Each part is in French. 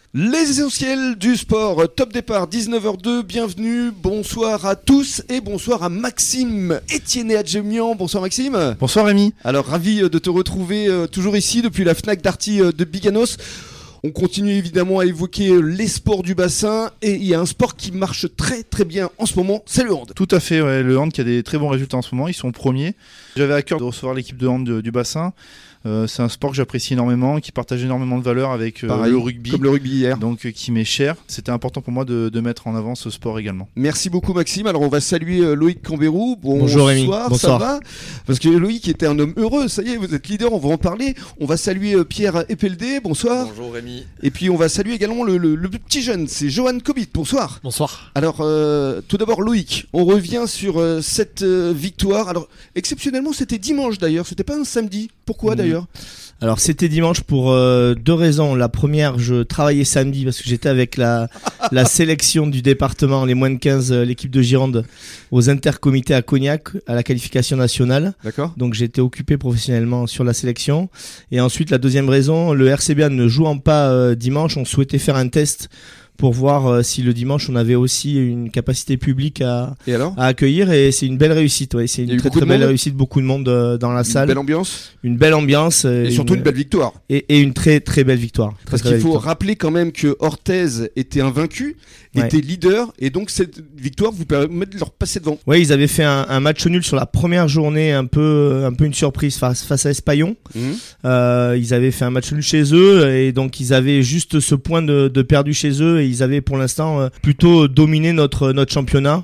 Les essentiels du sport, top départ, 19h02, bienvenue, bonsoir à tous et bonsoir à Maxime Etienne Adjemian. Bonsoir Maxime. Bonsoir Rémi. Alors ravi de te retrouver toujours ici depuis la Fnac Darty de Biganos. On continue évidemment à évoquer les sports du bassin et il y a un sport qui marche très très bien en ce moment, c'est le hand. Tout à fait, ouais, le hand qui a des très bons résultats en ce moment, ils sont premiers. J'avais à cœur de recevoir l'équipe de hand du bassin. C'est un sport que j'apprécie énormément, qui partage énormément de valeurs avec Pareil, le rugby. Comme le rugby hier. Donc qui m'est cher. C'était important pour moi de mettre en avant ce sport également. Merci beaucoup Maxime. Alors on va saluer Loïc Cambérou. Bonjour Rémi. Bonsoir. Ça va ? Parce que Loïc était un homme heureux. Ça y est, vous êtes leader, on va en parler. On va saluer Pierre Epeldé. Bonsoir. Bonjour Rémi. Et puis on va saluer également le petit jeune, c'est Johan Kobit. Bonsoir. Bonsoir. Alors tout d'abord Loïc, on revient sur cette victoire. Alors exceptionnellement c'était dimanche d'ailleurs, c'était pas un samedi. Pourquoi d'ailleurs ? Alors c'était dimanche pour deux raisons. La première, je travaillais samedi parce que j'étais avec la sélection du département, les moins de 15, l'équipe de Gironde, aux intercomités à Cognac, à la qualification nationale. D'accord. Donc j'étais occupé professionnellement sur la sélection. Et ensuite la deuxième raison, le RCBA ne jouant pas dimanche, on souhaitait faire un test pour voir si le dimanche on avait aussi une capacité publique à accueillir, et c'est une belle réussite, ouais. C'est une très très belle réussite, beaucoup de monde dans la salle. Une belle ambiance et surtout une belle victoire. Et une très très belle victoire. Parce qu'il faut rappeler quand même que Orthez était invaincu, était leader, et donc cette victoire vous permet de leur passer devant. Oui, ils avaient fait un match nul sur la première journée, un peu une surprise face à Espaillon. Ils avaient fait un match nul chez eux, et donc ils avaient juste ce point de perdu chez eux, et ils avaient pour l'instant plutôt dominé notre championnat.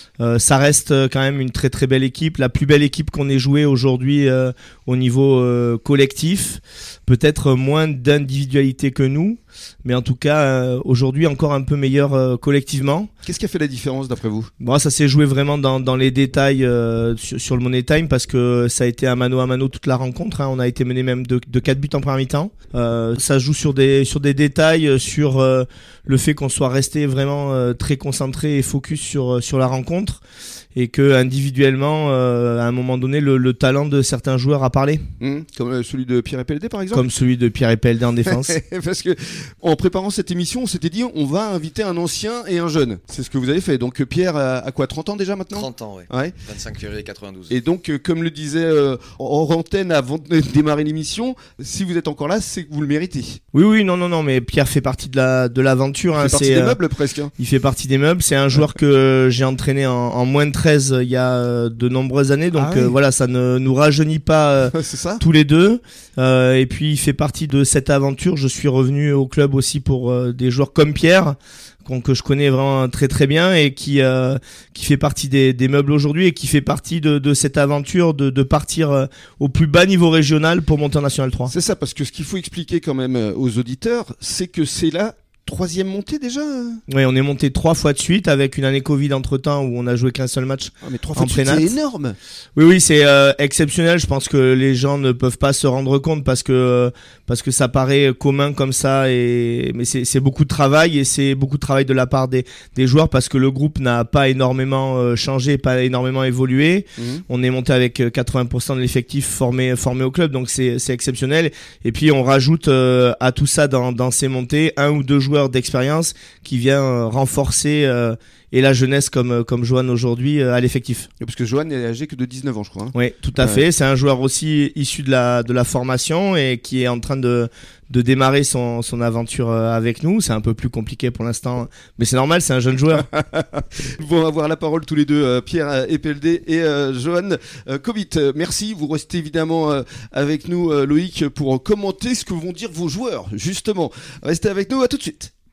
Ça reste quand même une très très belle équipe, la plus belle équipe qu'on ait jouée aujourd'hui au niveau collectif. Peut-être moins d'individualité que nous, mais en tout cas aujourd'hui encore un peu meilleur collectivement. Qu'est-ce qui a fait la différence d'après vous ? Bon, ça s'est joué vraiment dans les détails sur le Money Time, parce que ça a été à mano toute la rencontre, hein. On a été mené même de 4 buts en première mi-temps. Ça se joue sur des détails, sur le fait qu'on soit resté vraiment très concentré et focus sur la rencontre, et que individuellement à un moment donné le talent de certains joueurs a parlé. Comme celui de Pierre Epeldé par exemple. Comme celui de Pierre Epeldé en défense. Parce que en préparant cette émission on s'était dit on va inviter un ancien et un jeune. C'est ce que vous avez fait. Donc Pierre a quoi, 30 ans déjà maintenant ? 30 ans, oui. Ouais. 25 février 92. Et donc comme le disait en antenne avant de démarrer l'émission, si vous êtes encore là c'est que vous le méritez. Oui, non, mais Pierre fait partie de l'aventure. Il fait partie des meubles presque. Il fait partie des meubles. C'est un joueur que j'ai entraîné en moins de 13 il y a de nombreuses années. Donc voilà, ça ne nous rajeunit pas tous les deux. Et puis il fait partie de cette aventure. Je suis revenu au club aussi pour des joueurs comme Pierre, que je connais vraiment très très bien, et qui fait partie des meubles aujourd'hui, et qui fait partie de cette aventure de partir au plus bas niveau régional pour monter en National 3. C'est ça, parce que ce qu'il faut expliquer quand même aux auditeurs, c'est que c'est la 3e montée déjà. Oui, on est monté 3 fois de suite, avec une année Covid entre temps où on a joué qu'un seul match. Mais 3 fois de suite, c'est énorme. Oui, c'est exceptionnel. Je pense que les gens ne peuvent pas se rendre compte parce que ça paraît commun comme ça, mais c'est beaucoup de travail, et c'est beaucoup de travail de la part des joueurs, parce que le groupe n'a pas énormément changé, pas énormément évolué. On est monté avec 80% de l'effectif formé au club, donc c'est exceptionnel. Et puis on rajoute à tout ça dans ces montées 1 ou 2 joueurs d'expérience qui vient renforcer et la jeunesse comme Johan aujourd'hui à l'effectif. Parce que Johan est âgé que de 19 ans je crois. Oui, tout à fait. C'est un joueur aussi issu de la formation, et qui est en train de démarrer son aventure avec nous. C'est un peu plus compliqué pour l'instant, mais c'est normal, c'est un jeune joueur. Ils vont avoir la parole tous les deux, Pierre Epeldé et Johan Kobit. Merci, vous restez évidemment avec nous Loïc pour commenter ce que vont dire vos joueurs justement. Restez avec nous, à tout de suite.